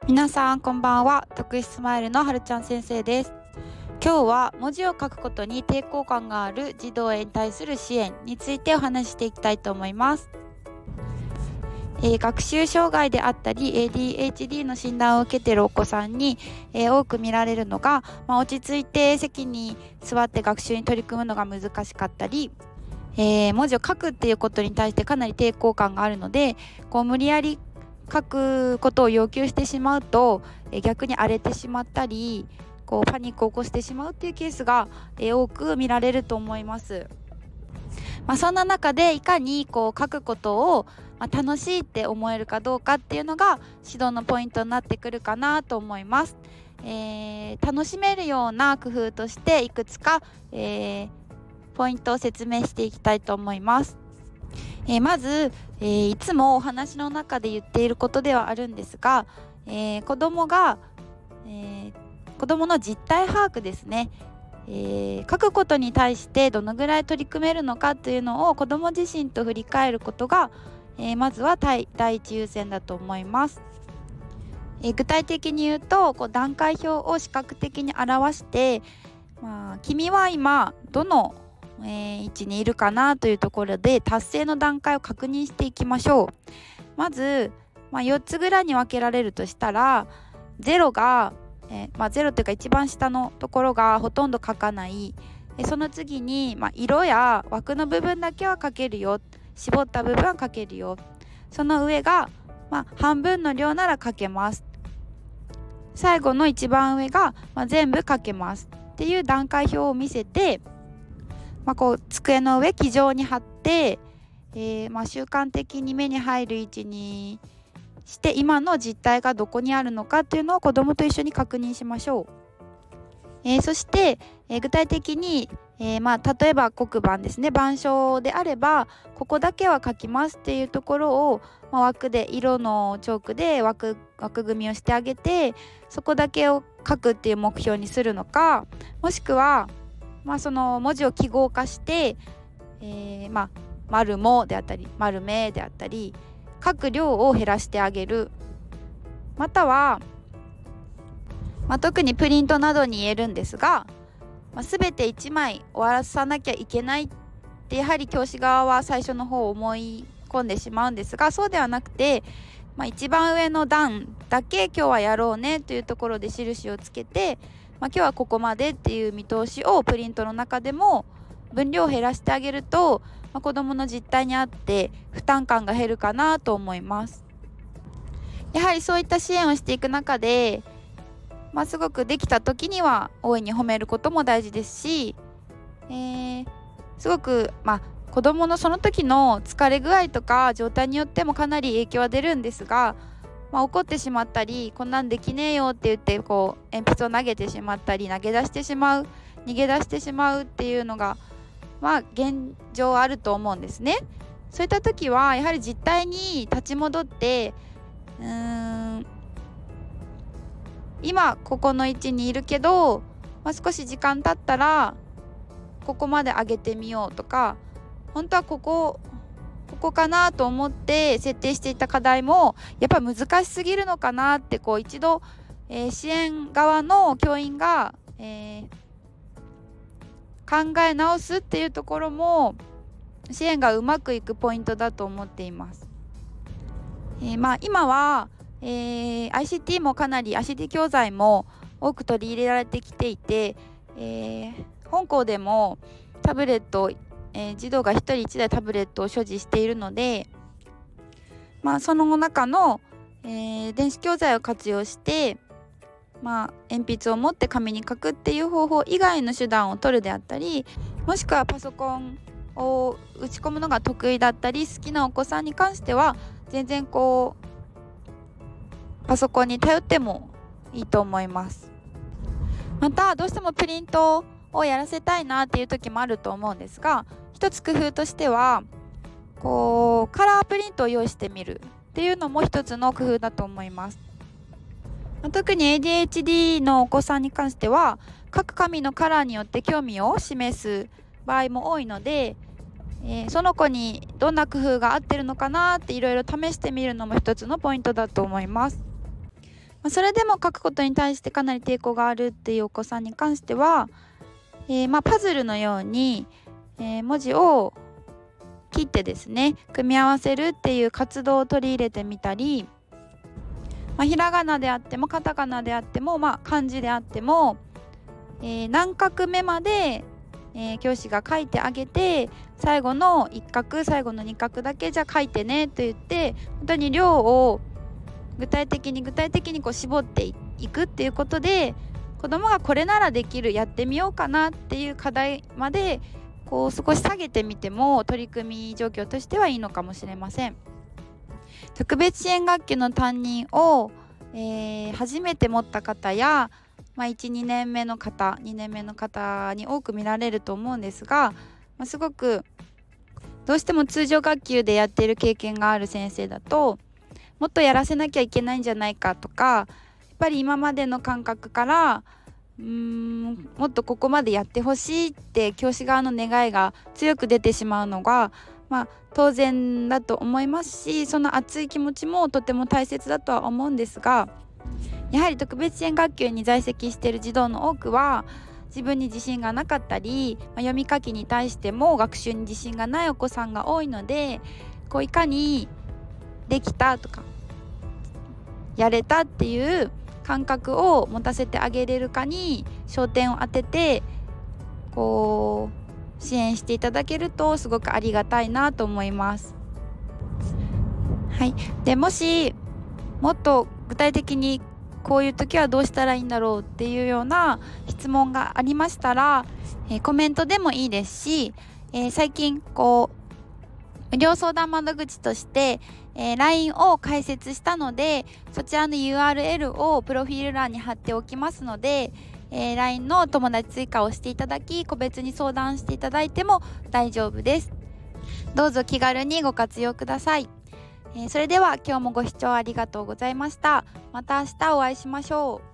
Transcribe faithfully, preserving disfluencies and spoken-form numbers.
皆さんこんばんは。特殊スマイルのはるちゃん先生です。今日は文字を書くことに抵抗感がある児童に対する支援についてお話ししていきたいと思います。えー、学習障害であったり エーディーエイチディー の診断を受けているお子さんに、えー、多く見られるのが、まあ、落ち着いて席に座って学習に取り組むのが難しかったり、えー、文字を書くっていうことに対してかなり抵抗感があるので、こう無理やり書くことを要求してしまうと、えー、逆に荒れてしまったりこうパニックを起こしてしまうっていうケースが、えー、多く見られると思います。まあ、そんな中でいかにこう書くことを、まあ、楽しいって思えるかどうかっていうのが指導のポイントになってくるかなと思います。えー、楽しめるような工夫としていくつか、えー、ポイントを説明していきたいと思います。えー、まず、えー、いつもお話の中で言っていることではあるんですが、えー、子どもが、えー、子どもの実態把握ですね。えー、書くことに対してどのぐらい取り組めるのかというのを子ども自身と振り返ることが、えー、まずは第一優先だと思います。えー、具体的に言うとこう段階表を視覚的に表して、まあ、君は今どの、えー、位置にいるかなというところで達成の段階を確認していきましょう。まず、まあ、よっつぐらいに分けられるとしたら、ゼロがえーまあ、ゼロというか一番下のところがほとんど書かない。えその次に、まあ、色や枠の部分だけは書けるよ、絞った部分は書けるよ。その上が、まあ、半分の量なら書けます。最後の一番上が、まあ、全部書けますっていう段階表を見せて、まあ、こう机の上気丈に貼って、えーまあ、習慣的に目に入る位置にして今の実態がどこにあるのかっていうのを子どもと一緒に確認しましょう。えー、そして、えー、具体的に、えーまあ、例えば黒板ですね、板書であればここだけは書きますっていうところを、まあ、枠で色のチョークで枠枠組みをしてあげて、そこだけを書くっていう目標にするのか、もしくは、まあ、その文字を記号化して、えーまあ、丸もであったり丸めであったり書く量を減らしてあげる。または、まあ、特にプリントなどに言えるんですが、まあ、全ていちまい終わらさなきゃいけないってやはり教師側は最初の方思い込んでしまうんですが、そうではなくて、まあ、一番上の段だけ今日はやろうねというところで印をつけて、まあ、今日はここまでっていう見通しをプリントの中でも分量を減らしてあげると、まあ、子どもの実態に合って負担感が減るかなと思います。やはりそういった支援をしていく中で、まあ、すごくできた時には大いに褒めることも大事ですし、えー、すごく、まあ、子どものその時の疲れ具合とか状態によってもかなり影響は出るんですが、まあ、怒ってしまったりこんなんできねえよって言ってこう鉛筆を投げてしまったり投げ出してしまう逃げ出してしまうっていうのがまあ現状あると思うんですね。そういった時はやはり実態に立ち戻って、うーん今ここの位置にいるけど、まあ、少し時間経ったらここまで上げてみようとか、本当はここここかなと思って設定していた課題もやっぱり難しすぎるのかなってこう一度、えー、支援側の教員が、えー、考え直すっていうところも支援がうまくいくポイントだと思っています。えー、まあ今は、えー、アイシーティー もかなり アイシーティー 教材も多く取り入れられてきていて、えー、本校でもタブレット、えー、児童がひとりいちだいタブレットを所持しているので、まあ、その中の、えー、電子教材を活用して、まあ、鉛筆を持って紙に書くっていう方法以外の手段を取るであったり、もしくはパソコンを打ち込むのが得意だったり好きなお子さんに関しては全然こうパソコンに頼ってもいいと思います。またどうしてもプリントをやらせたいなっていう時もあると思うんですが、一つ工夫としてはこうカラープリントを用意してみるっていうのも一つの工夫だと思います。特に エーディーエイチディー のお子さんに関しては各紙のカラーによって興味を示す場合も多いので、えー、その子にどんな工夫が合ってるのかなっていろいろ試してみるのも一つのポイントだと思います。 まあ、それでも書くことに対してかなり抵抗があるっていうお子さんに関しては、えー、まあパズルのように、えー、文字を切ってですね組み合わせるっていう活動を取り入れてみたり、まあ、ひらがなであってもカタカナであっても、まあ、漢字であっても、えー、何画目まで、えー、教師が書いてあげて、最後のいっ画最後のに画だけじゃ書いてねと言って、本当に量を具体的に具体的にこう絞っていくっていうことで、子どもがこれならできる、やってみようかなっていう課題までこう少し下げてみても取り組み状況としてはいいのかもしれません。特別支援学級の担任を、えー、初めて持った方や、まあ、いち、にねんめの方にねんめの方に多く見られると思うんですが、まあ、すごくどうしても通常学級でやっている経験がある先生だと、もっとやらせなきゃいけないんじゃないかとか、やっぱり今までの感覚からうーんもっとここまでやってほしいって教師側の願いが強く出てしまうのが、まあ、当然だと思いますし、その熱い気持ちもとても大切だとは思うんですが、やはり特別支援学級に在籍している児童の多くは自分に自信がなかったり、まあ、読み書きに対しても学習に自信がないお子さんが多いので、こういかにできたとかやれたっていう感覚を持たせてあげれるかに焦点を当ててこう支援していただけるとすごくありがたいなと思います。はい、でもしもっと具体的にこういう時はどうしたらいいんだろうっていうような質問がありましたら、えー、コメントでもいいですし、えー、最近こう無料相談窓口として、えー、ライン を開設したので、そちらの ユーアールエル をプロフィール欄に貼っておきますので、えー、ライン の友達追加をしていただき、個別に相談していただいても大丈夫です。どうぞ気軽にご活用ください。えー、それでは今日もご視聴ありがとうございました。また明日お会いしましょう。